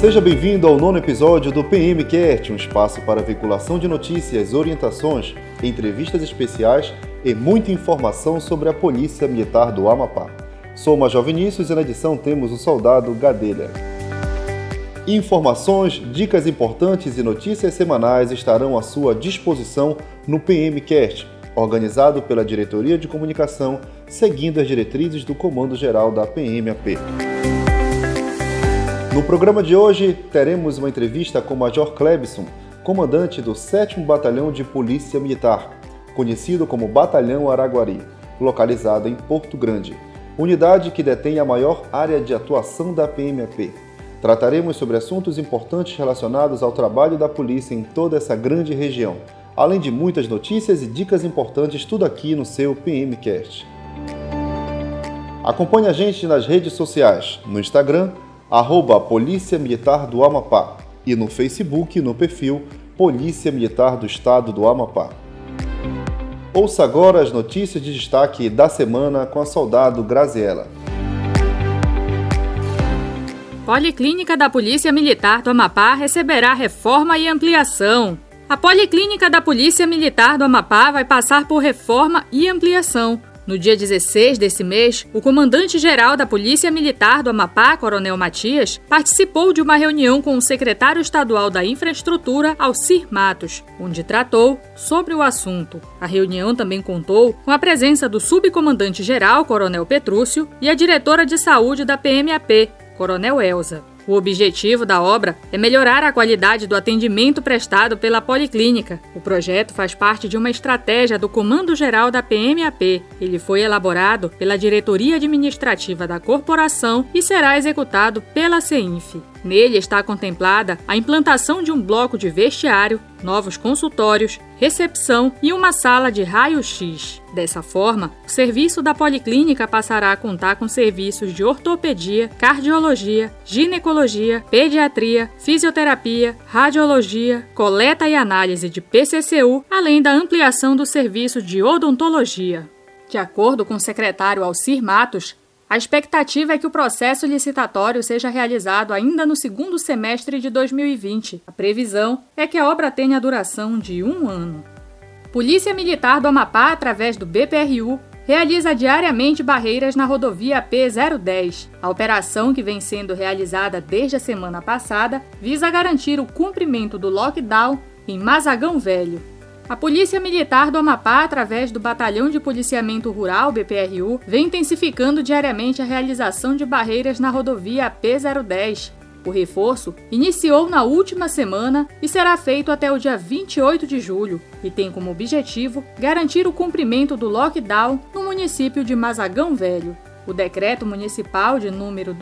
Seja bem-vindo ao 9º episódio do PMcast, um espaço para veiculação de notícias, orientações, entrevistas especiais e muita informação sobre a Polícia Militar do Amapá. Sou o Major Vinícius e na edição temos o soldado Gadelha. Informações, dicas importantes e notícias semanais estarão à sua disposição no PMcast, organizado pela Diretoria de Comunicação, seguindo as diretrizes do Comando Geral da PMAP. No programa de hoje, teremos uma entrevista com o Major Clebson, comandante do 7º Batalhão de Polícia Militar, conhecido como Batalhão Araguari, localizado em Porto Grande, unidade que detém a maior área de atuação da PMAP. Trataremos sobre assuntos importantes relacionados ao trabalho da polícia em toda essa grande região, além de muitas notícias e dicas importantes, tudo aqui no seu PMcast. Acompanhe a gente nas redes sociais, no Instagram, @Polícia Militar do Amapá e no Facebook no perfil Polícia Militar do Estado do Amapá. Ouça agora as notícias de destaque da semana com a soldado Graziela. Policlínica da Polícia Militar do Amapá receberá reforma e ampliação. A Policlínica da Polícia Militar do Amapá vai passar por reforma e ampliação. No dia 16 desse mês, o comandante-geral da Polícia Militar do Amapá, Coronel Matias, participou de uma reunião com o secretário estadual da Infraestrutura, Alcir Matos, onde tratou sobre o assunto. A reunião também contou com a presença do subcomandante-geral, Coronel Petrúcio, e a diretora de saúde da PMAP, Coronel Elza. O objetivo da obra é melhorar a qualidade do atendimento prestado pela Policlínica. O projeto faz parte de uma estratégia do Comando Geral da PMAP. Ele foi elaborado pela Diretoria Administrativa da Corporação e será executado pela CEINF. Nele está contemplada a implantação de um bloco de vestiário, novos consultórios, recepção e uma sala de raio-x. Dessa forma, o serviço da Policlínica passará a contar com serviços de ortopedia, cardiologia, ginecologia, pediatria, fisioterapia, radiologia, coleta e análise de PCCU, além da ampliação do serviço de odontologia. De acordo com o secretário Alcir Matos, a expectativa é que o processo licitatório seja realizado ainda no segundo semestre de 2020. A previsão é que a obra tenha duração de 1 ano. Polícia Militar do Amapá, através do BPRU, realiza diariamente barreiras na rodovia AP-010. A operação, que vem sendo realizada desde a semana passada, visa garantir o cumprimento do lockdown em Mazagão Velho. A Polícia Militar do Amapá, através do Batalhão de Policiamento Rural, BPRU, vem intensificando diariamente a realização de barreiras na rodovia AP-010. O reforço iniciou na última semana e será feito até o dia 28 de julho e tem como objetivo garantir o cumprimento do lockdown no município de Mazagão Velho. O decreto municipal de número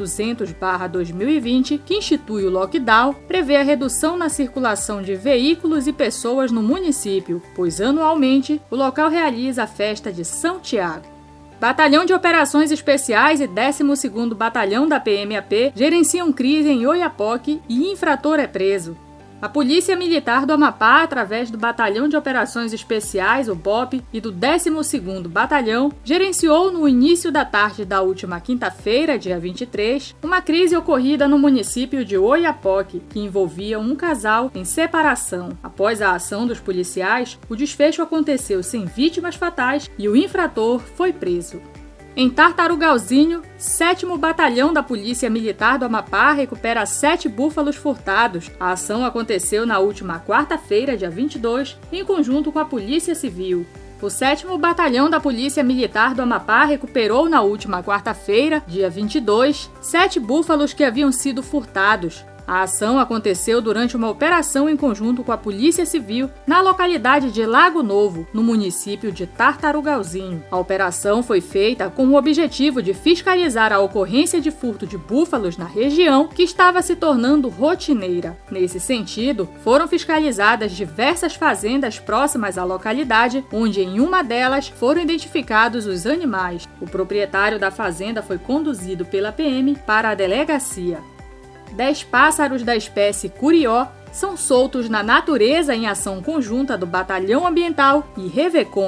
200/2020, que institui o lockdown, prevê a redução na circulação de veículos e pessoas no município, pois anualmente o local realiza a festa de São Tiago. Batalhão de Operações Especiais e 12º Batalhão da PMAP gerenciam crise em Oiapoque e infrator é preso. A Polícia Militar do Amapá, através do Batalhão de Operações Especiais, o BOP, e do 12º Batalhão, gerenciou no início da tarde da última quinta-feira, dia 23, uma crise ocorrida no município de Oiapoque, que envolvia um casal em separação. Após a ação dos policiais, o desfecho aconteceu sem vítimas fatais e o infrator foi preso. Em Tartarugalzinho, 7º Batalhão da Polícia Militar do Amapá recupera 7 búfalos furtados. A ação aconteceu na última quarta-feira, dia 22, em conjunto com a Polícia Civil. O 7º Batalhão da Polícia Militar do Amapá recuperou na última quarta-feira, dia 22, 7 búfalos que haviam sido furtados. A ação aconteceu durante uma operação em conjunto com a Polícia Civil na localidade de Lago Novo, no município de Tartarugalzinho. A operação foi feita com o objetivo de fiscalizar a ocorrência de furto de búfalos na região, que estava se tornando rotineira. Nesse sentido, foram fiscalizadas diversas fazendas próximas à localidade, onde em uma delas foram identificados os animais. O proprietário da fazenda foi conduzido pela PM para a delegacia. 10 pássaros da espécie curió são soltos na natureza em ação conjunta do Batalhão Ambiental e Revecom.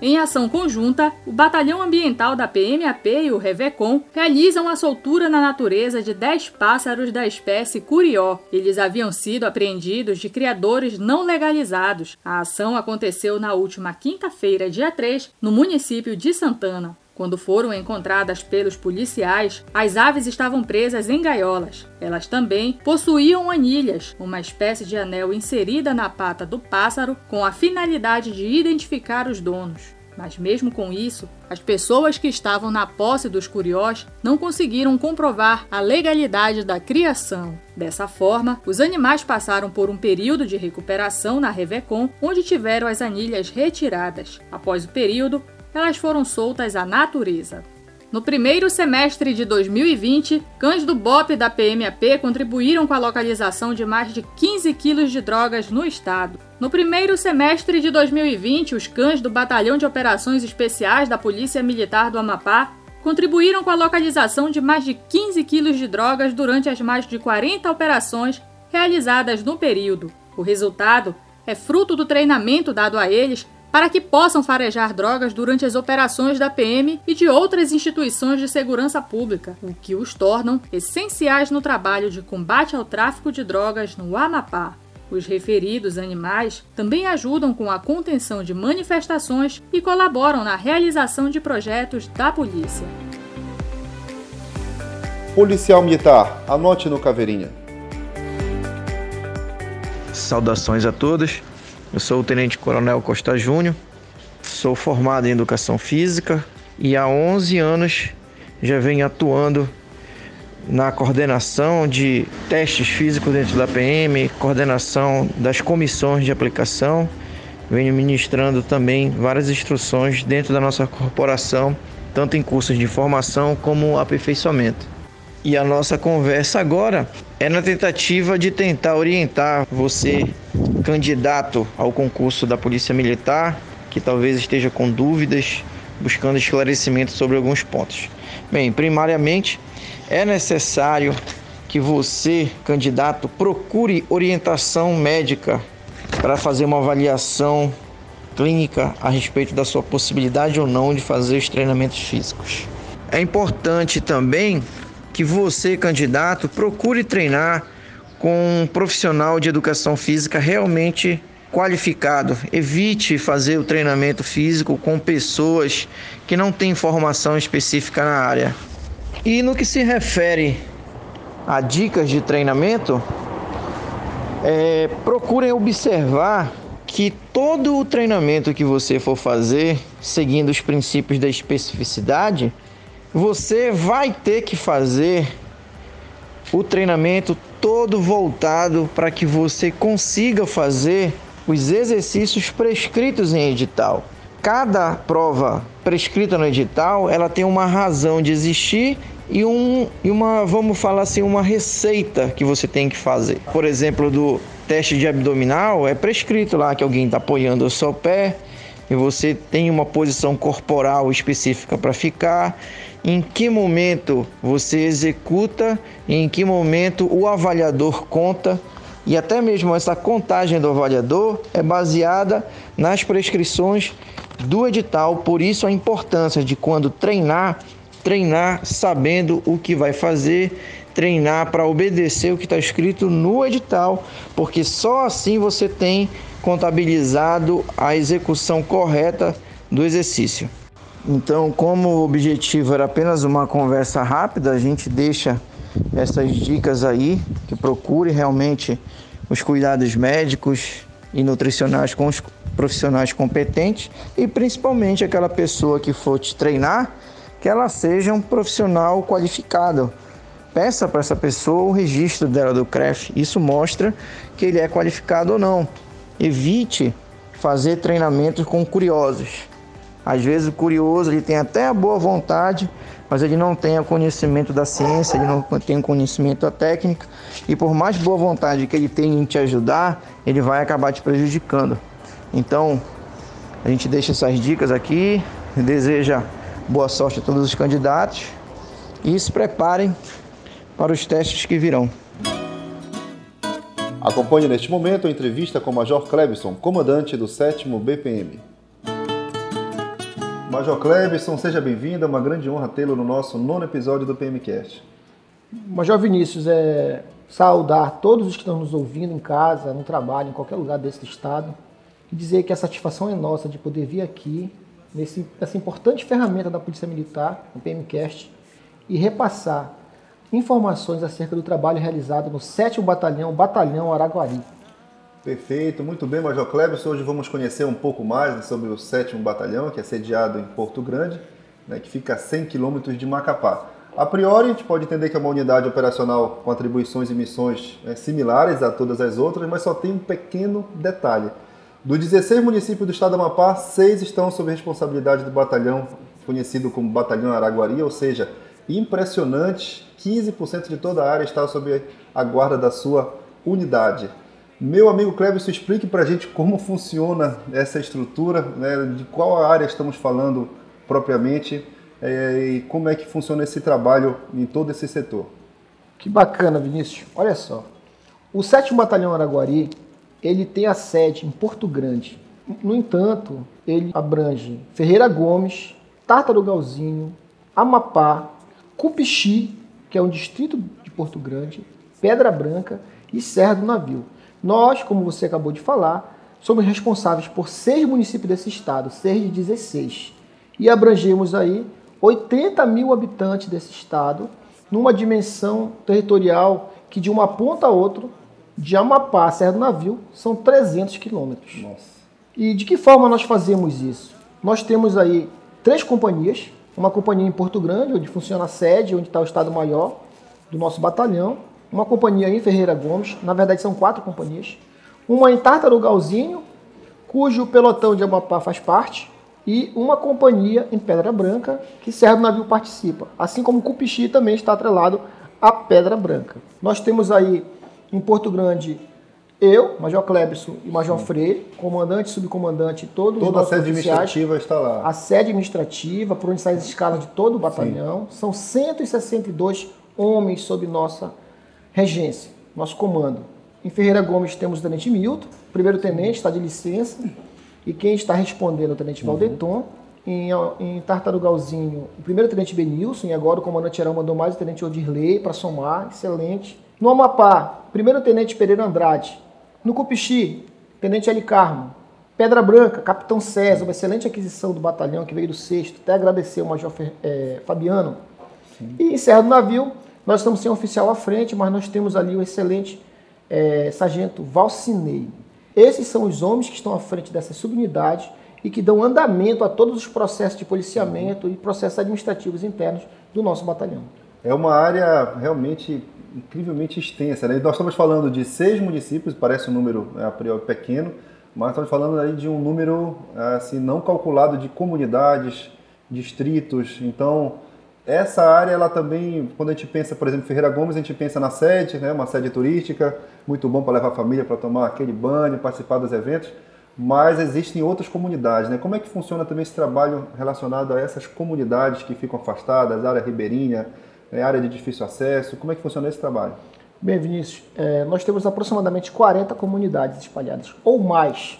Em ação conjunta, o Batalhão Ambiental da PMAP e o Revecom realizam a soltura na natureza de 10 pássaros da espécie curió. Eles haviam sido apreendidos de criadores não legalizados. A ação aconteceu na última quinta-feira, dia 3, no município de Santana. Quando foram encontradas pelos policiais, as aves estavam presas em gaiolas. Elas também possuíam anilhas, uma espécie de anel inserida na pata do pássaro com a finalidade de identificar os donos. Mas mesmo com isso, as pessoas que estavam na posse dos curiós não conseguiram comprovar a legalidade da criação. Dessa forma, os animais passaram por um período de recuperação na Revecom, onde tiveram as anilhas retiradas. Após o período, elas foram soltas à natureza. No primeiro semestre de 2020, cães do BOP da PMAP contribuíram com a localização de mais de 15 quilos de drogas no estado. No primeiro semestre de 2020, os cães do Batalhão de Operações Especiais da Polícia Militar do Amapá contribuíram com a localização de mais de 15 quilos de drogas durante as mais de 40 operações realizadas no período. O resultado é fruto do treinamento dado a eles para que possam farejar drogas durante as operações da PM e de outras instituições de segurança pública, o que os tornam essenciais no trabalho de combate ao tráfico de drogas no Amapá. Os referidos animais também ajudam com a contenção de manifestações e colaboram na realização de projetos da polícia. Policial Militar, anote no Caveirinha. Saudações a todos. Eu sou o Tenente Coronel Costa Júnior, sou formado em Educação Física e há 11 anos já venho atuando na coordenação de testes físicos dentro da PM, coordenação das comissões de aplicação, venho ministrando também várias instruções dentro da nossa corporação, tanto em cursos de formação como aperfeiçoamento. E a nossa conversa agora é na tentativa de tentar orientar você, candidato ao concurso da Polícia Militar, que talvez esteja com dúvidas, buscando esclarecimento sobre alguns pontos. Bem, primariamente, é necessário que você, candidato, procure orientação médica para fazer uma avaliação clínica a respeito da sua possibilidade ou não de fazer os treinamentos físicos. É importante também que você, candidato, procure treinar com um profissional de educação física realmente qualificado. Evite fazer o treinamento físico com pessoas que não têm formação específica na área. E no que se refere a dicas de treinamento, procurem observar que todo o treinamento que você for fazer, seguindo os princípios da especificidade, você vai ter que fazer o treinamento todo voltado para que você consiga fazer os exercícios prescritos em edital. Cada prova prescrita no edital, ela tem uma razão de existir e uma, vamos falar assim, uma receita que você tem que fazer. Por exemplo, do teste de abdominal, é prescrito lá que alguém está apoiando o seu pé e você tem uma posição corporal específica para ficar. Em que momento você executa, em que momento o avaliador conta, e até mesmo essa contagem do avaliador é baseada nas prescrições do edital. Por isso a importância de, quando treinar sabendo o que vai fazer, treinar para obedecer o que está escrito no edital, porque só assim você tem contabilizado a execução correta do exercício. Então, como o objetivo era apenas uma conversa rápida, a gente deixa essas dicas aí, que procure realmente os cuidados médicos e nutricionais com os profissionais competentes e principalmente aquela pessoa que for te treinar, que ela seja um profissional qualificado. Peça para essa pessoa o registro dela do CREF, isso mostra que ele é qualificado ou não. Evite fazer treinamentos com curiosos. Às vezes o curioso ele tem até a boa vontade, mas ele não tem o conhecimento da ciência, ele não tem o conhecimento da técnica, e por mais boa vontade que ele tenha em te ajudar, ele vai acabar te prejudicando. Então, a gente deixa essas dicas aqui, deseja boa sorte a todos os candidatos e se preparem para os testes que virão. Acompanhe neste momento a entrevista com o Major Clebson, comandante do 7º BPM. Major Clebson, seja bem-vindo, é uma grande honra tê-lo no nosso 9º episódio do PMcast. Major Vinícius, saudar todos os que estão nos ouvindo em casa, no trabalho, em qualquer lugar desse estado, e dizer que a satisfação é nossa de poder vir aqui, nessa importante ferramenta da Polícia Militar, o PMcast, e repassar informações acerca do trabalho realizado no 7º Batalhão Araguari. Perfeito, muito bem, Major Clebson. Hoje vamos conhecer um pouco mais sobre o 7º Batalhão, que é sediado em Porto Grande, que fica a 100 quilômetros de Macapá. A priori, a gente pode entender que é uma unidade operacional com atribuições e missões similares a todas as outras, mas só tem um pequeno detalhe. Dos 16 municípios do estado do Amapá, 6 estão sob responsabilidade do batalhão, conhecido como Batalhão Araguari, ou seja, impressionante, 15% de toda a área está sob a guarda da sua unidade. Meu amigo Clebson, explique para a gente como funciona essa estrutura, de qual área estamos falando propriamente e como é que funciona esse trabalho em todo esse setor. Que bacana, Vinícius. Olha só, o 7º Batalhão Araguari, ele tem a sede em Porto Grande. No entanto, ele abrange Ferreira Gomes, Tartarugalzinho, Amapá, Cupixi, que é um distrito de Porto Grande, Pedra Branca e Serra do Navio. Nós, como você acabou de falar, somos responsáveis por 6 municípios desse estado, 6 de 16. E abrangemos aí 80 mil habitantes desse estado, numa dimensão territorial que de uma ponta a outra, de Amapá a Serra do Navio, são 300 quilômetros. Nossa. E de que forma nós fazemos isso? Nós temos aí 3 companhias, uma companhia em Porto Grande, onde funciona a sede, onde está o Estado-Maior do nosso batalhão, uma companhia em Ferreira Gomes, na verdade são 4 companhias, uma em Tartarugalzinho, cujo pelotão de Amapá faz parte, e uma companhia em Pedra Branca, que Serra do Navio participa, assim como Cupixi também está atrelado à Pedra Branca. Nós temos aí em Porto Grande eu, Major Clebson e Major Freire, comandante, subcomandante, todos os nossos oficiais. Toda a sede administrativa está lá. A sede administrativa, por onde saem as escalas de todo o batalhão, são 162 homens sob nossa regência, nosso comando. Em Ferreira Gomes temos o Tenente Milton, primeiro tenente, está de licença, e quem está respondendo é o Tenente Valdeton. Em Tartarugalzinho, o primeiro Tenente Benilson, e agora o comandante geral mandou mais o Tenente Odirley para somar, excelente. No Amapá, primeiro Tenente Pereira Andrade. No Cupixi, Tenente Eli Carmo. Pedra Branca, Capitão César, uma excelente aquisição do batalhão que veio do 6º, até agradecer ao Major Fabiano. Sim. E em Serra do Navio, nós estamos sem oficial à frente, mas nós temos ali o excelente Sargento Valcinei. Esses são os homens que estão à frente dessa subunidade e que dão andamento a todos os processos de policiamento e processos administrativos internos do nosso batalhão. É uma área realmente incrivelmente extensa, né? Nós estamos falando de 6 municípios, parece um número a priori pequeno, mas estamos falando aí de um número assim, não calculado de comunidades, distritos. Então, essa área, ela também, quando a gente pensa, por exemplo, Ferreira Gomes, a gente pensa na sede, uma sede turística, muito bom para levar a família para tomar aquele banho, participar dos eventos, mas existem outras comunidades, né? Como é que funciona também esse trabalho relacionado a essas comunidades que ficam afastadas, área ribeirinha, área de difícil acesso? Como é que funciona esse trabalho? Bem, Vinícius, nós temos aproximadamente 40 comunidades espalhadas, ou mais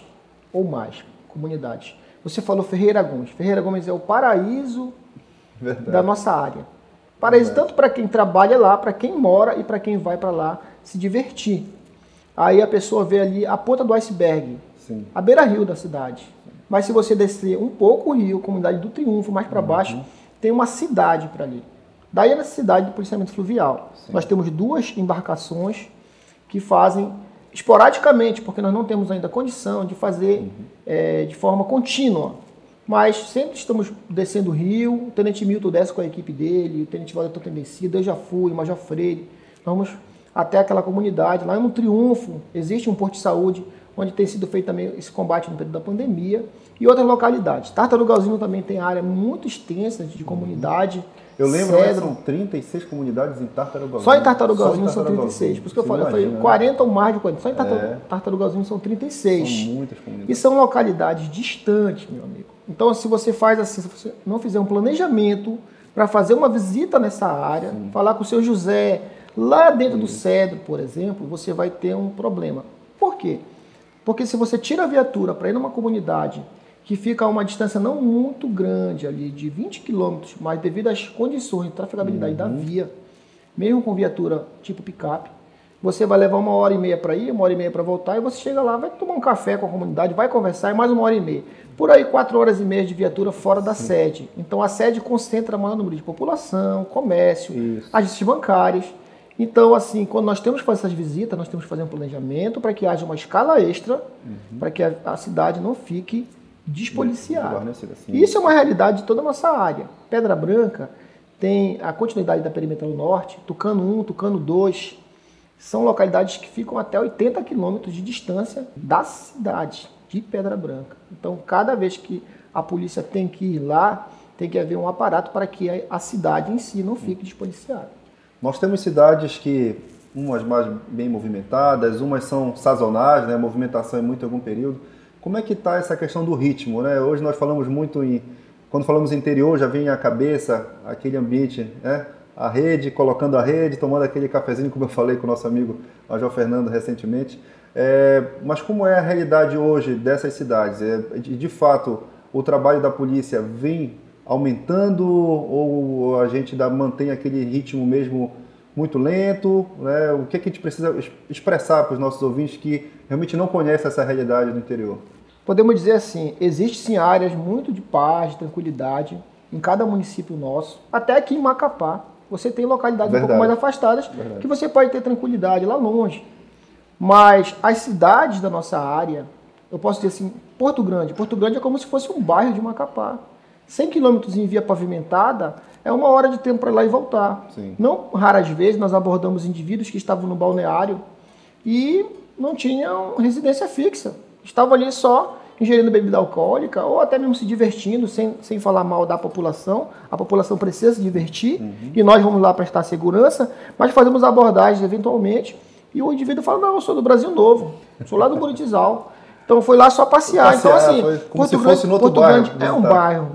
comunidades. Você falou Ferreira Gomes. Ferreira Gomes é o paraíso da nossa área. Paraíso tanto para quem trabalha lá, para quem mora e para quem vai para lá se divertir. Aí a pessoa vê ali a ponta do iceberg, sim, a beira-rio da cidade. Mas se você descer um pouco o rio, comunidade do Triunfo, mais para baixo, tem uma cidade para ali. Daí é a necessidade do policiamento fluvial. Sim. Nós temos 2 embarcações que fazem esporadicamente, porque nós não temos ainda condição de fazer de forma contínua. Mas sempre estamos descendo o rio, o Tenente Milton desce com a equipe dele, o Tenente Valdeton tem descido, eu já fui, o Major Freire. Vamos até aquela comunidade. Lá no Triunfo existe um posto de saúde, onde tem sido feito também esse combate no período da pandemia, e outras localidades. Tartarugalzinho também tem área muito extensa de comunidade. Eu lembro que são 36 comunidades em Tartarugalzinho. Só em Tartarugalzinho são 36. Por isso que eu falei, 40 ou mais de 40. Só em Tartarugalzinho são 36. São muitas comunidades. E são localidades distantes, meu amigo. Então, se você faz assim, se você não fizer um planejamento para fazer uma visita nessa área, sim, falar com o seu José, lá dentro do Cedro, por exemplo, você vai ter um problema. Por quê? Porque se você tira a viatura para ir numa comunidade que fica a uma distância não muito grande ali, de 20 quilômetros, mas devido às condições de trafegabilidade da via, mesmo com viatura tipo picape, você vai levar 1h30 para ir, 1h30 para voltar, e você chega lá, vai tomar um café com a comunidade, vai conversar, e mais 1h30. Por aí, 4h30 de viatura fora da sede. Então, a sede concentra maior número de população, comércio, agências bancárias. Então, assim, quando nós temos que fazer essas visitas, nós temos que fazer um planejamento para que haja uma escala extra, para que a cidade não fique despoliciada. Isso é uma realidade de toda a nossa área. Pedra Branca tem a continuidade da Perimetral Norte, Tucano 1, Tucano 2, são localidades que ficam até 80 quilômetros de distância da cidade de Pedra Branca. Então, cada vez que a polícia tem que ir lá, tem que haver um aparato para que a cidade em si não fique despoliciada. Nós temos cidades que, umas mais bem movimentadas, umas são sazonais, né? A movimentação é muito em algum período. Como é que está essa questão do ritmo, né? Hoje nós falamos muito quando falamos interior, já vem à cabeça aquele ambiente, né? A rede, colocando a rede, tomando aquele cafezinho, como eu falei com o nosso amigo Major Fernando recentemente. Mas como é a realidade hoje dessas cidades? De fato, o trabalho da polícia vem aumentando ou a gente mantém aquele ritmo mesmo muito lento, né? O que a gente precisa expressar para os nossos ouvintes que realmente não conhecem essa realidade do interior? Podemos dizer assim, existem sim áreas muito de paz, de tranquilidade em cada município nosso, até aqui em Macapá. Você tem localidades um pouco mais afastadas que você pode ter tranquilidade lá longe. Mas as cidades da nossa área, eu posso dizer assim, Porto Grande é como se fosse um bairro de Macapá. 100 quilômetros em via pavimentada é 1 hora de tempo para ir lá e voltar. Sim. Não raras vezes nós abordamos indivíduos que estavam no balneário e não tinham residência fixa. Estavam ali só ingerindo bebida alcoólica ou até mesmo se divertindo, sem falar mal da população. A população precisa se divertir e nós vamos lá prestar segurança, mas fazemos abordagens eventualmente e o indivíduo fala, não, eu sou do Brasil Novo, sou lá do Buritizal. Então foi lá só passear. Então assim, como se fosse no outro bairro. É um bairro.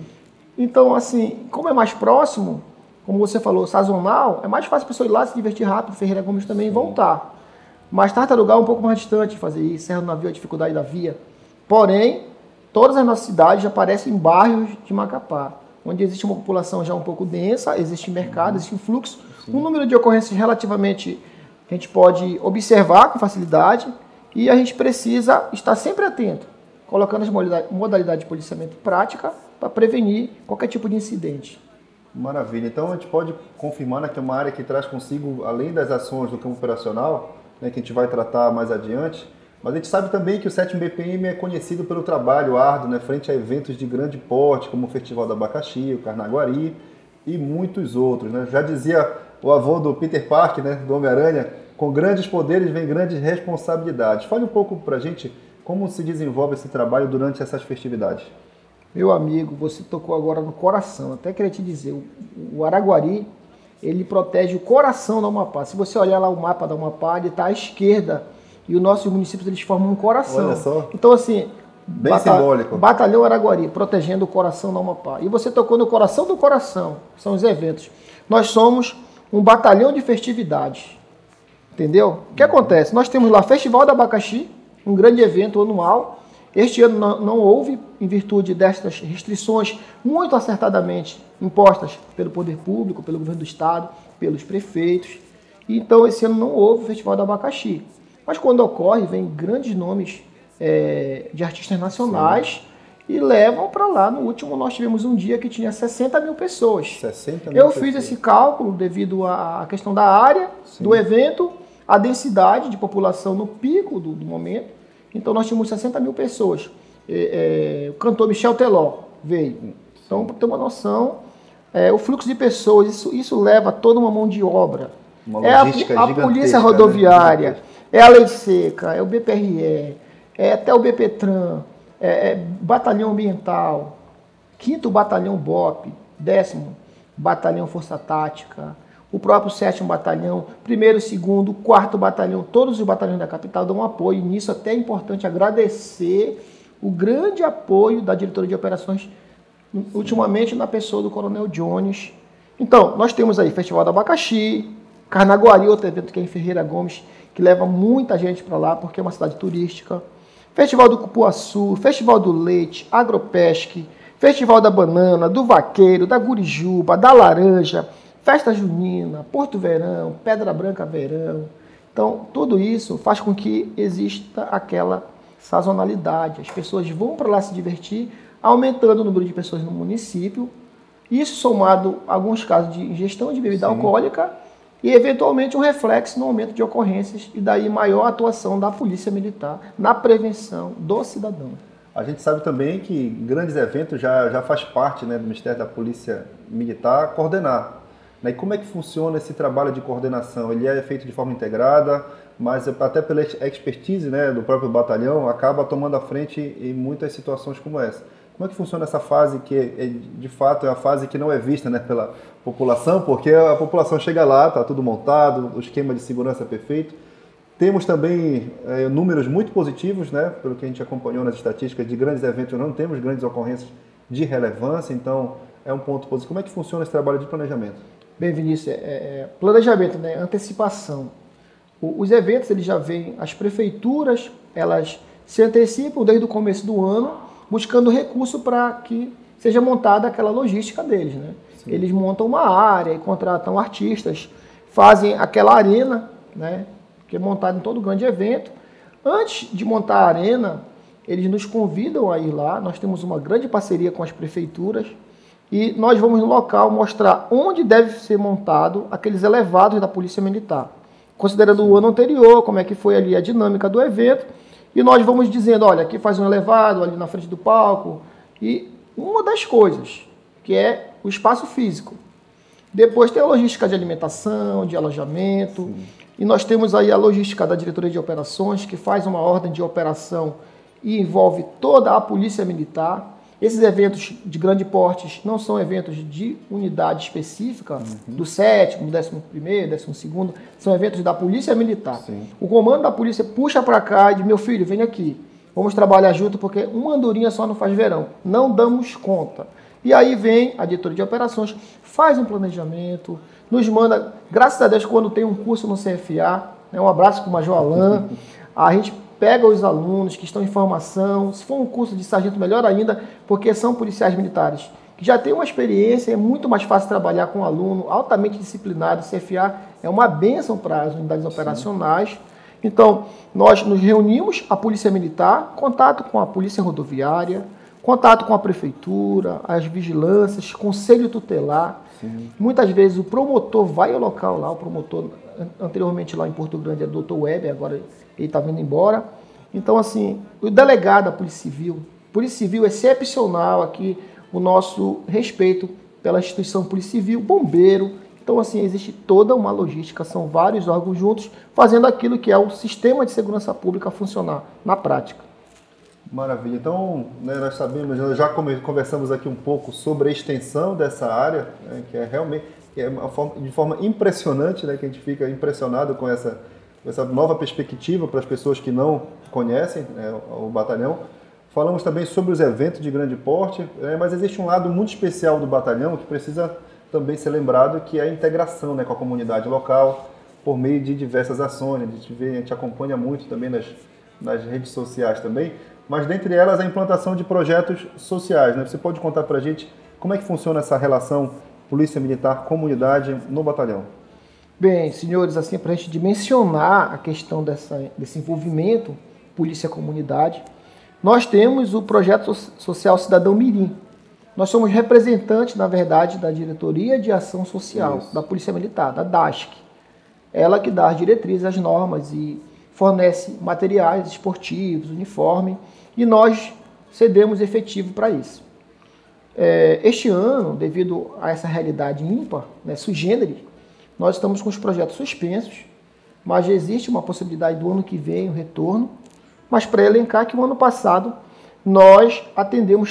Então assim, como é mais próximo, como você falou, sazonal, é mais fácil a pessoa ir lá se divertir rápido, Ferreira Gomes também e voltar. Mas Tartarugal é um pouco mais distante de fazer isso, Serra do Navio, a dificuldade da via. Porém, todas as nossas cidades já parecem bairros de Macapá, onde existe uma população já um pouco densa, existe mercado, existe um fluxo, um número de ocorrências relativamente que a gente pode observar com facilidade e a gente precisa estar sempre atento, colocando as modalidades de policiamento em prática para prevenir qualquer tipo de incidente. Maravilha. Então, a gente pode confirmar, né, que é uma área que traz consigo, além das ações do campo operacional, né, que a gente vai tratar mais adiante, mas a gente sabe também que o 7º BPM é conhecido pelo trabalho árduo, né, frente a eventos de grande porte, como o Festival do Abacaxi, o Carnaguari e muitos outros. Né? Já dizia o avô do Peter Parker, né, do Homem-Aranha, com grandes poderes vem grandes responsabilidades. Fale um pouco para a gente como se desenvolve esse trabalho durante essas festividades. Meu amigo, você tocou agora no coração. Até queria te dizer, o Araguari, ele protege o coração da Amapá. Se você olhar lá o mapa da Amapá, ele está à esquerda e os nossos municípios eles formam um coração. Olha só. Então assim, bem simbólico. Batalhão Araguari, protegendo o coração da Amapá. E você tocou no coração do coração, são os eventos. Nós somos um batalhão de festividades. Entendeu? O que acontece? Nós temos lá Festival do Abacaxi, um grande evento anual. Este ano não houve, em virtude destas restrições muito acertadamente impostas pelo poder público, pelo governo do estado, pelos prefeitos. Então, esse ano não houve o Festival do Abacaxi. Mas quando ocorre, vem grandes nomes de artistas nacionais e levam para lá. No último, nós tivemos um dia que tinha 60 mil pessoas. 60 mil Eu pessoas. fiz esse cálculo devido à questão da área, do evento, a densidade de população no pico do momento. Então, nós tínhamos 60 mil pessoas. O cantor Michel Teló veio. Então, para ter uma noção, o fluxo de pessoas, isso leva toda uma mão de obra. Uma logística a Polícia Rodoviária, né? É a Lei Seca, é o BPRE, é até o BPTran, Batalhão Ambiental, 5º Batalhão BOP, 10º Batalhão Força Tática, o próprio 7º Batalhão, 1º, 2º, 4º Batalhão, todos os batalhões da capital dão apoio. E nisso até é importante agradecer o grande apoio da diretoria de operações, ultimamente na pessoa do Coronel Jones. Então, nós temos aí Festival do Abacaxi, Carnaguari, outro evento que é em Ferreira Gomes, que leva muita gente para lá, porque é uma cidade turística. Festival do Cupuaçu, Festival do Leite, Agropesque, Festival da Banana, do Vaqueiro, da Gurijuba, da Laranja, Festa Junina, Porto Verão, Pedra Branca Verão. Então, tudo isso faz com que exista aquela sazonalidade. As pessoas vão para lá se divertir, aumentando o número de pessoas no município. Isso somado a alguns casos de ingestão de bebida alcoólica e, eventualmente, um reflexo no aumento de ocorrências e daí maior atuação da Polícia Militar na prevenção do cidadão. A gente sabe também que grandes eventos já faz parte, né, do Ministério da Polícia Militar coordenar. E como é que funciona esse trabalho de coordenação? Ele é feito de forma integrada, mas até pela expertise, né, do próprio batalhão, acaba tomando a frente em muitas situações como essa. Como é que funciona essa fase que, de fato, é a fase que não é vista, né, pela população, porque a população chega lá, está tudo montado, o esquema de segurança é perfeito. Temos também números muito positivos, né, pelo que a gente acompanhou nas estatísticas de grandes eventos, não temos grandes ocorrências de relevância, então é um ponto positivo. Como é que funciona esse trabalho de planejamento? Bem, Vinícius, planejamento, né? Antecipação. Os eventos, eles já vêm, as prefeituras, elas se antecipam desde o começo do ano, buscando recurso para que seja montada aquela logística deles, né? Eles montam uma área e contratam artistas, fazem aquela arena, né, que é montada em todo grande evento. Antes de montar a arena, eles nos convidam a ir lá, nós temos uma grande parceria com as prefeituras, e nós vamos no local mostrar onde deve ser montado aqueles elevados da Polícia Militar, considerando o ano anterior, como é que foi ali a dinâmica do evento, e nós vamos dizendo, olha, aqui faz um elevado, ali na frente do palco, e uma das coisas, que é o espaço físico. Depois tem a logística de alimentação, de alojamento, e nós temos aí a logística da Diretoria de Operações, que faz uma ordem de operação e envolve toda a Polícia Militar. Esses eventos de grande porte não são eventos de unidade específica, do 7º, 11º, 12º, são eventos da Polícia Militar. Sim. O comando da polícia puxa para cá e diz, meu filho, vem aqui, vamos trabalhar junto, porque uma andorinha só não faz verão, não damos conta. E aí vem a diretoria de operações, faz um planejamento, nos manda, graças a Deus, quando tem um curso no CFA, né, um abraço para o Major Alain, a gente pega os alunos que estão em formação, se for um curso de sargento, melhor ainda, porque são policiais militares que já têm uma experiência, é muito mais fácil trabalhar com um aluno altamente disciplinado. O CFA é uma bênção para as unidades operacionais. Então, nós nos reunimos, a Polícia Militar, contato com a Polícia Rodoviária, contato com a Prefeitura, as vigilâncias, Conselho Tutelar. Sim. Muitas vezes o promotor vai ao local lá, o promotor anteriormente lá em Porto Grande é o Dr. Weber, agora ele está vindo embora. Então, assim, o delegado da Polícia Civil é excepcional aqui, o nosso respeito pela instituição Polícia Civil, bombeiro. Então, assim, existe toda uma logística, são vários órgãos juntos, fazendo aquilo que é o sistema de segurança pública funcionar na prática. Maravilha. Então, né, nós sabemos, já conversamos aqui um pouco sobre a extensão dessa área, né, que é realmente de forma impressionante, né, que a gente fica impressionado com essa nova perspectiva para as pessoas que não conhecem, né, o batalhão. Falamos também sobre os eventos de grande porte, mas existe um lado muito especial do batalhão que precisa também ser lembrado, que é a integração, né, com a comunidade local, por meio de diversas ações. A gente acompanha muito também nas redes sociais também, mas dentre elas a implantação de projetos sociais, né? Você pode contar para a gente como é que funciona essa relação Polícia Militar, comunidade no batalhão? Bem, senhores, assim, para a gente dimensionar a questão desse envolvimento polícia-comunidade, nós temos o Projeto Social Cidadão Mirim. Nós somos representantes, na verdade, da Diretoria de Ação Social da Polícia Militar, da DASC. Ela que dá as diretrizes, as normas e fornece materiais esportivos, uniforme, e nós cedemos efetivo para isso. Este ano, devido a essa realidade ímpar, né, sui generis, nós estamos com os projetos suspensos, mas existe uma possibilidade do ano que vem, o retorno. Mas para elencar que o ano passado nós atendemos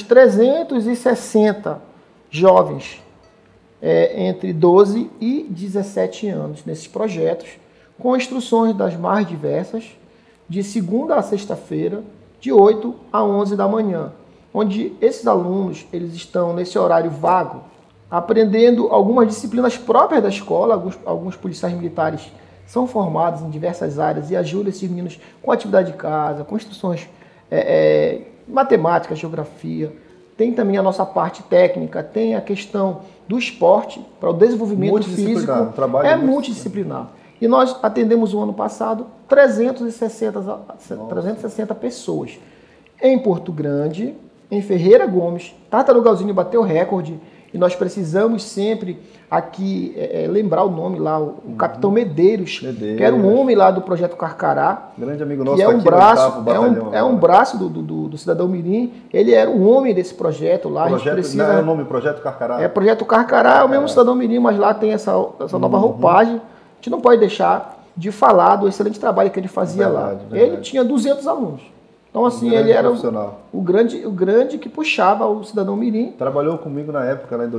360 jovens entre 12 e 17 anos nesses projetos, com instruções das mais diversas, de segunda a sexta-feira, de 8 a 11 da manhã, onde esses alunos eles estão nesse horário vago, aprendendo algumas disciplinas próprias da escola. Alguns policiais militares são formados em diversas áreas e ajudam esses meninos com atividade de casa, com instruções matemática, geografia, tem também a nossa parte técnica, tem a questão do esporte para o desenvolvimento físico. Multidisciplinar. E nós atendemos o ano passado 360 pessoas em Porto Grande, em Ferreira Gomes. Tartarugalzinho bateu recorde e nós precisamos sempre aqui lembrar o nome lá, o Capitão Medeiros, que era um homem lá do Projeto Carcará. Grande amigo nosso, que é um braço do Cidadão Mirim. Ele era o homem desse projeto lá. Não é o nome Projeto Carcará? É Projeto Carcará, é o mesmo Cidadão Mirim, mas lá tem essa nova roupagem. A gente não pode deixar de falar do excelente trabalho que ele fazia lá. Ele tinha 200 alunos. Então, assim, ele era o grande que puxava o Cidadão Mirim. Trabalhou comigo na época, lá em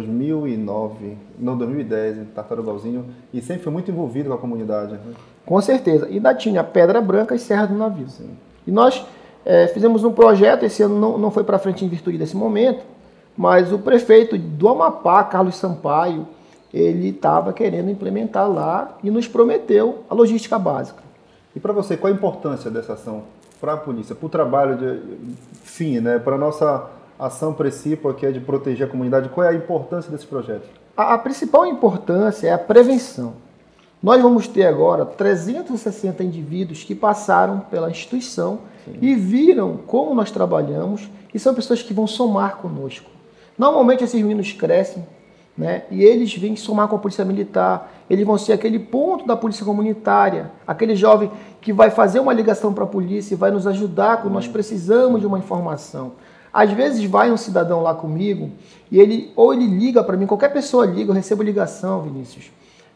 2010, em Tartarugalzinho, e sempre foi muito envolvido com a comunidade. Né? Com certeza. E ainda tinha Pedra Branca e Serra do Navio. Sim. E nós fizemos um projeto, esse ano não foi para frente em virtude desse momento, mas o prefeito do Amapá, Carlos Sampaio, ele estava querendo implementar lá e nos prometeu a logística básica. E para você, qual a importância dessa ação para a polícia, para o trabalho né, para a nossa ação principal, que é de proteger a comunidade? Qual é a importância desse projeto? A principal importância é a prevenção. Nós vamos ter agora 360 indivíduos que passaram pela instituição. Sim. E viram como nós trabalhamos e são pessoas que vão somar conosco. Normalmente esses meninos crescem, né? E eles vêm somar com a polícia militar, eles vão ser aquele ponto da polícia comunitária, aquele jovem que vai fazer uma ligação para a polícia e vai nos ajudar quando nós precisamos de uma informação. Às vezes vai um cidadão lá comigo e ele liga para mim, qualquer pessoa liga, eu recebo ligação, Vinícius.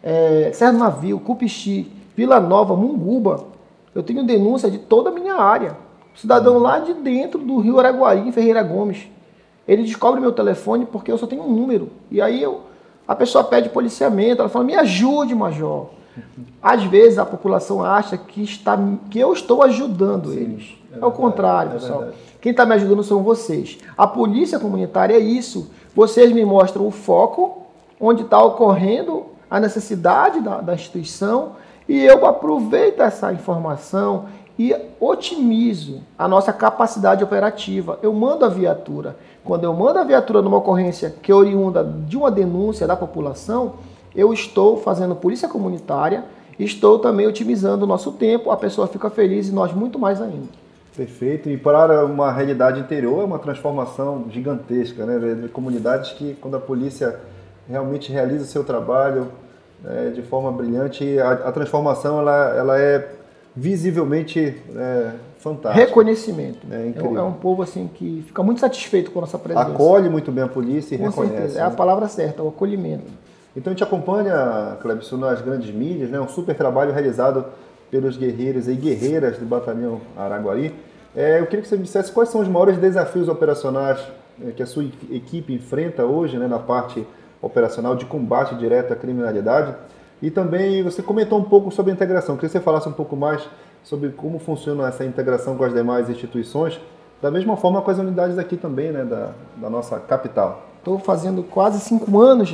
Serra do Navio, Cupixi, Vila Nova, Munguba, eu tenho denúncia de toda a minha área. Cidadão lá de dentro do Rio Araguari, em Ferreira Gomes. Ele descobre meu telefone porque eu só tenho um número. E aí a pessoa pede policiamento, ela fala, me ajude, major. Às vezes a população acha que eu estou ajudando eles. É o contrário, pessoal. Quem está me ajudando são vocês. A polícia comunitária é isso. Vocês me mostram o foco, onde está ocorrendo a necessidade da instituição, e eu aproveito essa informação e otimizo a nossa capacidade operativa. Eu mando a viatura. Quando eu mando a viatura numa ocorrência que é oriunda de uma denúncia da população, eu estou fazendo polícia comunitária, estou também otimizando o nosso tempo, a pessoa fica feliz e nós muito mais ainda. Perfeito. E para uma realidade interior é uma transformação gigantesca, né? De comunidades que, quando a polícia realmente realiza o seu trabalho de forma brilhante, a transformação ela é visivelmente fantástica. Reconhecimento. É um povo assim que fica muito satisfeito com a nossa presença. Acolhe muito bem a polícia e com reconhece. Certeza. É a palavra certa, o acolhimento. Então a gente acompanha, Clebson, nas grandes mídias, né, um super trabalho realizado pelos guerreiros e guerreiras do Batalhão Araguari. Eu queria que você me dissesse quais são os maiores desafios operacionais que a sua equipe enfrenta hoje, né, na parte operacional de combate direto à criminalidade. E também você comentou um pouco sobre a integração. Queria que você falasse um pouco mais sobre como funciona essa integração com as demais instituições, da mesma forma com as unidades aqui também, né, da nossa capital. Estou fazendo quase 5 anos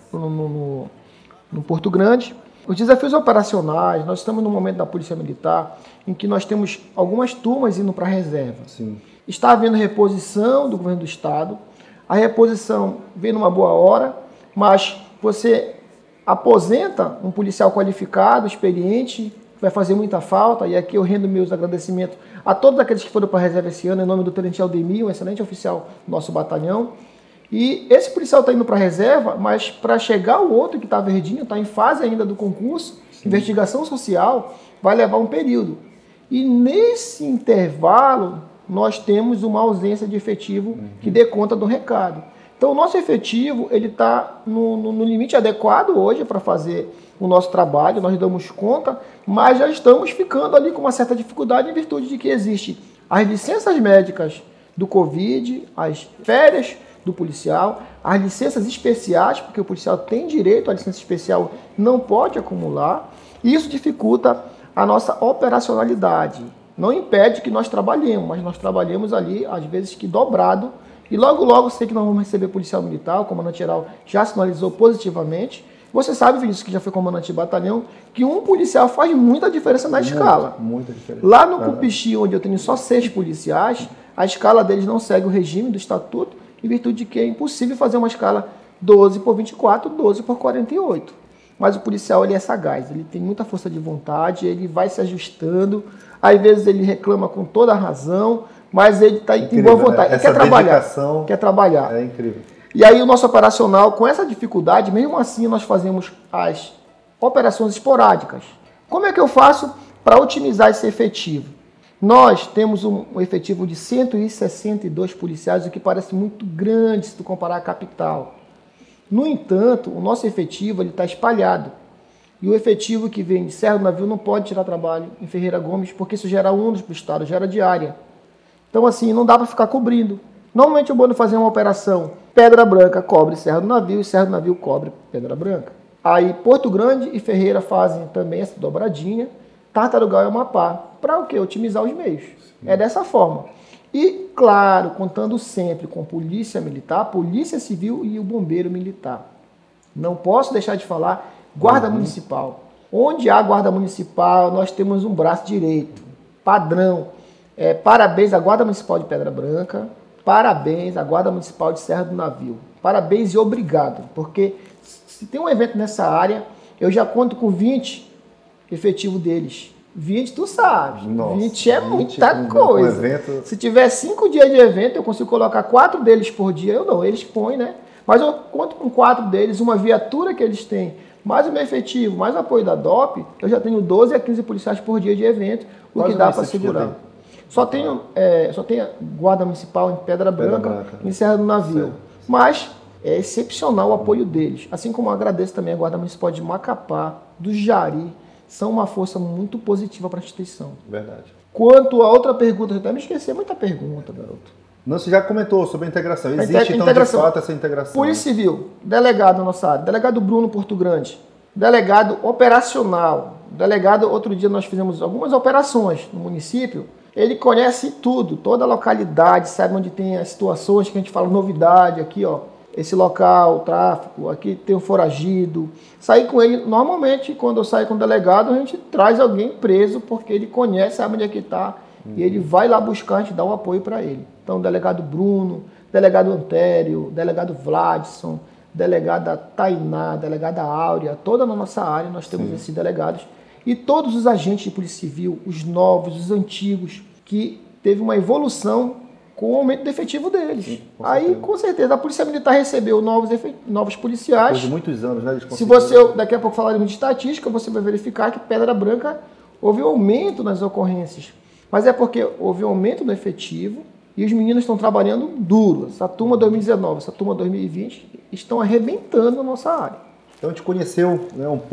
no Porto Grande. Os desafios operacionais, nós estamos no momento da Polícia Militar em que nós temos algumas turmas indo para a reserva. Sim. Está havendo reposição do governo do Estado. A reposição vem numa boa hora, mas você aposenta um policial qualificado, experiente, vai fazer muita falta, e aqui eu rendo meus agradecimentos a todos aqueles que foram para a reserva esse ano, em nome do Tenente Aldemir, um excelente oficial do nosso batalhão. E esse policial está indo para a reserva, mas para chegar o outro que está verdinho, está em fase ainda do concurso, sim, investigação social, vai levar um período. E nesse intervalo, nós temos uma ausência de efetivo que dê conta do recado. Então, o nosso efetivo está no limite adequado hoje para fazer o nosso trabalho, nós damos conta, mas já estamos ficando ali com uma certa dificuldade em virtude de que existe as licenças médicas do Covid, as férias do policial, as licenças especiais, porque o policial tem direito à licença especial, não pode acumular, e isso dificulta a nossa operacionalidade. Não impede que nós trabalhemos, mas nós trabalhamos ali, às vezes, que dobrado. E logo, logo, sei que nós vamos receber policial militar, o comandante-geral já sinalizou positivamente. Você sabe, Vinícius, que já foi comandante de batalhão, que um policial faz muita diferença na escala. Muita diferença. Lá no Cupixi, onde eu tenho só 6 policiais, a escala deles não segue o regime do estatuto, em virtude de que é impossível fazer uma escala 12 por 24, 12 por 48. Mas o policial, ele é sagaz, ele tem muita força de vontade, ele vai se ajustando, às vezes ele reclama com toda a razão, mas ele tem boa vontade, ele quer trabalhar. É incrível. E aí o nosso operacional, com essa dificuldade, mesmo assim nós fazemos as operações esporádicas. Como é que eu faço para otimizar esse efetivo? Nós temos um efetivo de 162 policiais, o que parece muito grande se tu comparar a capital. No entanto, o nosso efetivo está espalhado. E o efetivo que vem de Serra do Navio não pode tirar trabalho em Ferreira Gomes, porque isso gera ônus para o Estado, gera diária. Então, assim, não dá para ficar cobrindo. Normalmente eu mando fazer uma operação Pedra Branca cobre Serra do Navio e Serra do Navio cobre Pedra Branca. Aí Porto Grande e Ferreira fazem também essa dobradinha, Tartarugal e Amapá. Para o quê? Otimizar os meios. É dessa forma. E, claro, contando sempre com Polícia Militar, Polícia Civil e o Bombeiro Militar. Não posso deixar de falar Guarda Municipal. Onde há Guarda Municipal, nós temos um braço direito, padrão. Parabéns à Guarda Municipal de Pedra Branca, parabéns à Guarda Municipal de Serra do Navio. Parabéns e obrigado, porque se tem um evento nessa área, eu já conto com 20 efetivo deles. 20, tu sabe. Nossa, 20 é muita coisa. Evento... Se tiver 5 dias de evento, eu consigo colocar 4 deles por dia. Eu não, eles põem, né? Mas eu conto com 4 deles, uma viatura que eles têm, mais o meu efetivo, mais o apoio da DOP, eu já tenho 12 a 15 policiais por dia de evento, o que dá para segurar. Só tenho Guarda Municipal em Pedra Branca, em Serra do Navio. Certo. Mas é excepcional o apoio deles. Assim como eu agradeço também a Guarda Municipal de Macapá, do Jari, são uma força muito positiva para a instituição. Verdade. Quanto a outra pergunta, eu até me esqueci, muita pergunta, garoto. Não, você já comentou sobre a integração. Existe, então, de fato, essa integração. Polícia Civil, delegado na nossa área, delegado Bruno Porto Grande, delegado operacional, delegado, outro dia nós fizemos algumas operações no município, ele conhece tudo, toda a localidade, sabe onde tem as situações que a gente fala novidade, aqui ó, esse local, o tráfico, aqui tem um foragido. Sair com ele, normalmente, quando eu saio com o delegado, a gente traz alguém preso, porque ele conhece, sabe onde é que está, e ele vai lá buscar, a gente dá um apoio para ele. Então, delegado Bruno, delegado Antério, delegado Vladson, delegada Tainá, delegada Áurea, toda na nossa área nós temos esses delegados. E todos os agentes de polícia civil, os novos, os antigos, que teve uma evolução com o aumento do efetivo deles. Sim, com certeza, a Polícia Militar recebeu novos policiais. Depois de muitos anos, né? Se você, daqui a pouco falaremos de estatística, você vai verificar que Pedra Branca houve um aumento nas ocorrências. Mas é porque houve um aumento no efetivo e os meninos estão trabalhando duro. Essa turma 2019, essa turma 2020 estão arrebentando na nossa área. Então a gente conheceu, né, um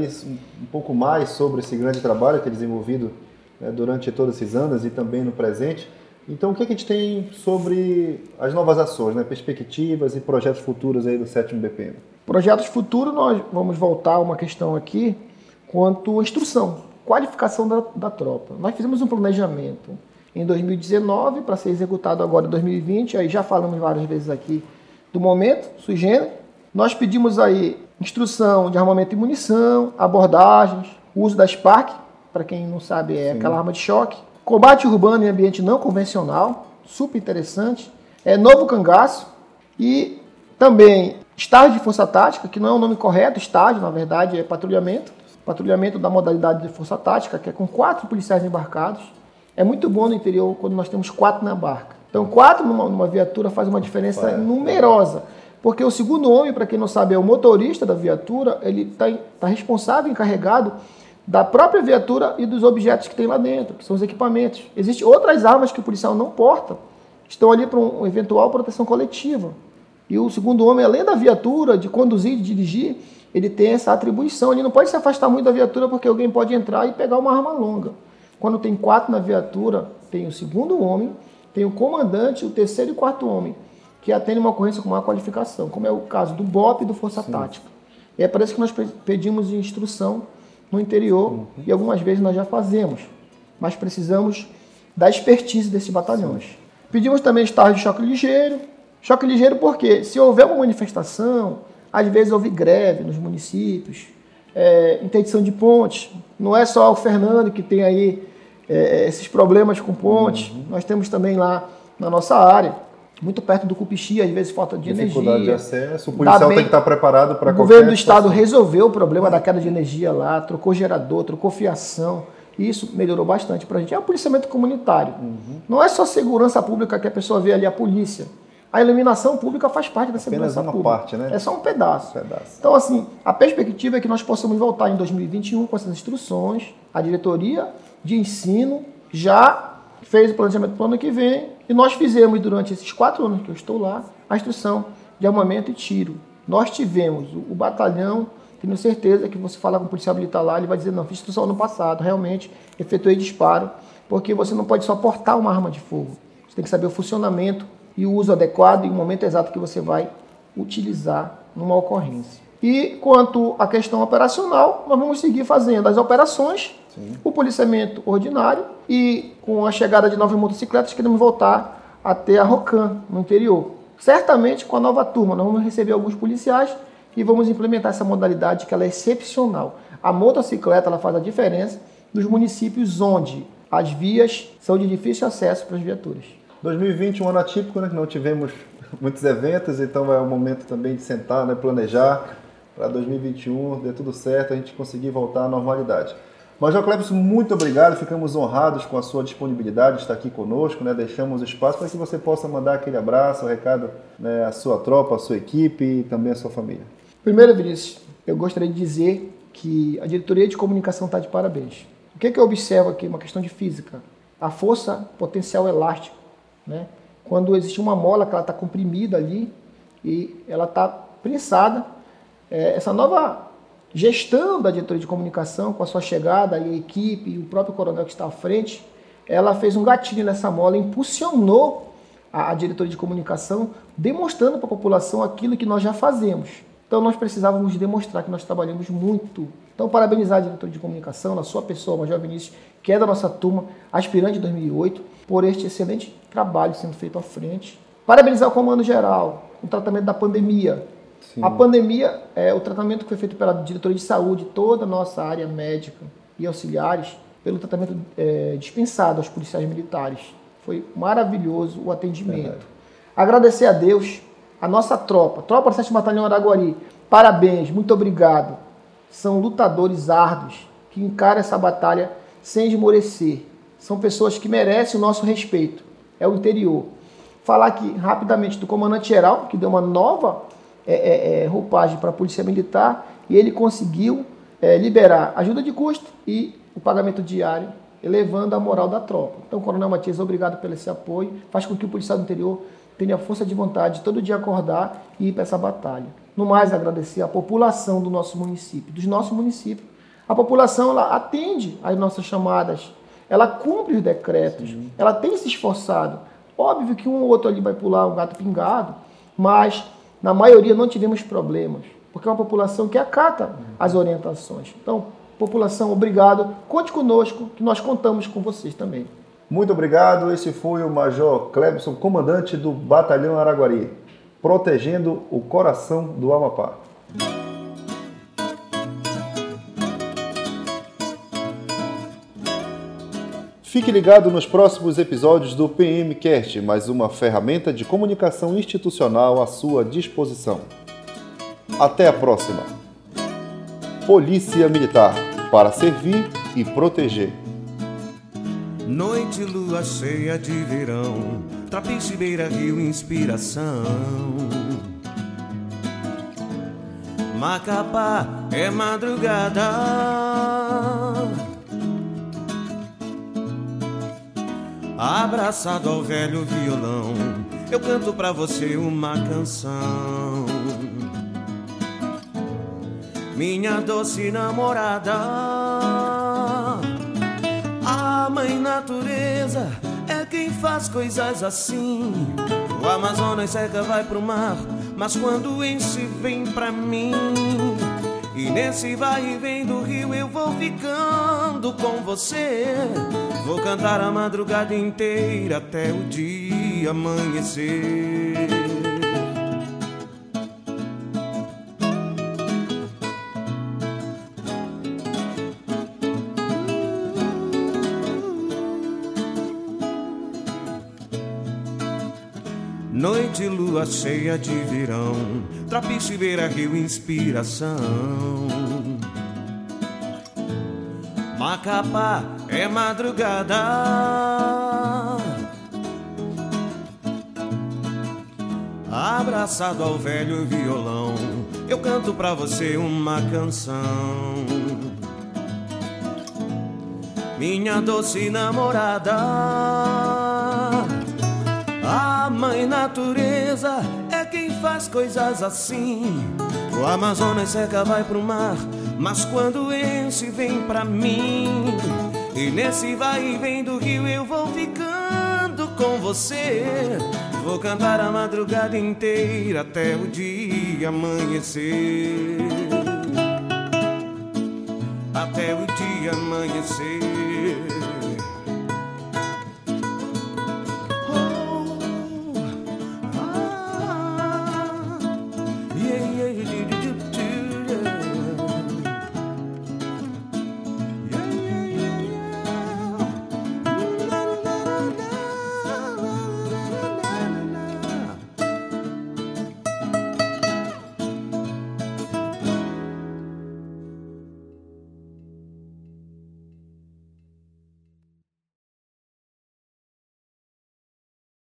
pouco mais sobre esse grande trabalho que é desenvolvido, né, durante todos esses anos e também no presente. Então o que a gente tem sobre as novas ações, né, perspectivas e projetos futuros aí do 7º BPM? Projetos futuros, nós vamos voltar a uma questão aqui quanto à instrução, qualificação da tropa. Nós fizemos um planejamento em 2019 para ser executado agora em 2020, aí já falamos várias vezes aqui do momento, sui generis. Nós pedimos aí instrução de armamento e munição, abordagens, uso da SPARC, para quem não sabe é aquela arma de choque, combate urbano em ambiente não convencional, super interessante, novo cangaço e também estágio de força tática, que não é o nome correto, estágio na verdade é patrulhamento da modalidade de força tática, que é com 4 policiais embarcados. É muito bom no interior quando nós temos 4 na barca. Então 4 numa viatura faz uma diferença numerosa. Porque o segundo homem, para quem não sabe, é o motorista da viatura, ele está responsável, encarregado da própria viatura e dos objetos que tem lá dentro, que são os equipamentos. Existem outras armas que o policial não porta, estão ali para uma eventual proteção coletiva. E o segundo homem, além da viatura, de conduzir, de dirigir, ele tem essa atribuição. Ele não pode se afastar muito da viatura porque alguém pode entrar e pegar uma arma longa. Quando tem 4 na viatura, tem o segundo homem, tem o comandante, o terceiro e o 4º homem, que atende uma ocorrência com maior qualificação, como é o caso do BOP e do Força Tática. E é por isso que nós pedimos instrução no interior, e algumas vezes nós já fazemos, mas precisamos da expertise desses batalhões. Pedimos também estágio de choque ligeiro porque se houver uma manifestação, às vezes houve greve nos municípios, interdição de pontes. Não é só o Fernando que tem aí esses problemas com pontes. Nós temos também lá na nossa área, muito perto do Cupixi, às vezes falta de dificuldade energia. de acesso, o policial tem que estar preparado para qualquer... O governo do estado resolveu o problema da queda de energia lá, trocou gerador, trocou fiação, e isso melhorou bastante para a gente. É um policiamento comunitário. Não é só segurança pública que a pessoa vê ali, a polícia. A iluminação pública faz parte da segurança pública. Apenas uma parte, né? É só um pedaço. Então, assim, a perspectiva é que nós possamos voltar em 2021 com essas instruções. A diretoria de ensino já fez o planejamento para o ano que vem e nós fizemos, durante esses 4 anos que eu estou lá, a instrução de armamento e tiro. Nós tivemos o batalhão, tenho certeza que você falar com o policial militar lá, ele vai dizer, não, fiz instrução ano passado, realmente, efetuei disparo, porque você não pode só portar uma arma de fogo. Você tem que saber o funcionamento e o uso adequado e o momento exato que você vai utilizar numa ocorrência. E quanto à questão operacional, nós vamos seguir fazendo as operações, o policiamento ordinário e com a chegada de novas motocicletas queremos voltar a ter a ROCAM no interior. Certamente com a nova turma nós vamos receber alguns policiais e vamos implementar essa modalidade que ela é excepcional. A motocicleta ela faz a diferença nos municípios onde as vias são de difícil acesso para as viaturas. 2020, um ano atípico, né, que não tivemos muitos eventos, então é o momento também de sentar, né, planejar para 2021, dê tudo certo, a gente conseguir voltar à normalidade. Major Clebson, muito obrigado, ficamos honrados com a sua disponibilidade de estar aqui conosco, né, deixamos espaço para que você possa mandar aquele abraço, o recado, né, à sua tropa, à sua equipe e também à sua família. Primeiro, Vinícius, eu gostaria de dizer que a diretoria de comunicação está de parabéns. O que eu observo aqui? Uma questão de física. A força potencial elástica, né? Quando existe uma mola que ela está comprimida ali e ela está prensada, essa nova gestão da diretoria de comunicação, com a sua chegada e a equipe e o próprio coronel que está à frente, ela fez um gatilho nessa mola, impulsionou a diretoria de comunicação, demonstrando para a população aquilo que nós já fazemos. Então nós precisávamos demonstrar que nós trabalhamos muito. Então parabenizar a diretoria de comunicação, na sua pessoa, Major Vinícius, que é da nossa turma, aspirante de 2008, por este excelente trabalho sendo feito à frente. Parabenizar o Comando Geral, o tratamento da pandemia. Sim. A pandemia, o tratamento que foi feito pela diretoria de saúde, toda a nossa área médica e auxiliares, pelo tratamento dispensado aos policiais militares. Foi maravilhoso o atendimento. Agradecer a Deus, a nossa tropa do 7º Batalhão Araguari, parabéns, muito obrigado. São lutadores árduos que encaram essa batalha sem esmorecer. São pessoas que merecem o nosso respeito. É o interior. Falar aqui rapidamente do comandante-geral, que deu uma nova roupagem para a Polícia Militar e ele conseguiu liberar ajuda de custo e o pagamento diário, elevando a moral da tropa. Então, Coronel Matias, obrigado pelo esse apoio. Faz com que o policial do interior tenha força de vontade de todo dia acordar e ir para essa batalha. No mais, agradecer a população do nosso município, dos nossos municípios. A população ela atende às nossas chamadas, ela cumpre os decretos, ela tem se esforçado. Óbvio que um ou outro ali vai pular um gato pingado, mas na maioria não tivemos problemas, porque é uma população que acata as orientações. Então, população, obrigado. Conte conosco, que nós contamos com vocês também. Muito obrigado. Esse foi o Major Clebson, comandante do Batalhão Araguari, protegendo o coração do Amapá. Fique ligado nos próximos episódios do PMcast, mais uma ferramenta de comunicação institucional à sua disposição. Até a próxima. Polícia Militar, para servir e proteger. Noite, lua cheia de verão, Trapiche, beira, rio, inspiração. Macapá é madrugada, abraçado ao velho violão, eu canto pra você uma canção. Minha doce namorada, a mãe natureza é quem faz coisas assim. O Amazonas seca, vai pro mar, mas quando enche vem pra mim. E nesse vai e vem do rio eu vou ficando com você. Vou cantar a madrugada inteira até o dia amanhecer. noite, lua cheia de verão, Trapiche, beira, rio, inspiração. Macapá é madrugada, abraçado ao velho violão, eu canto pra você uma canção. Minha doce namorada, a mãe natureza é quem faz coisas assim. O Amazonas seca, vai pro mar, mas quando enche vem pra mim. E nesse vai e vem do rio eu vou ficando com você. Vou cantar a madrugada inteira até o dia amanhecer. Até o dia amanhecer.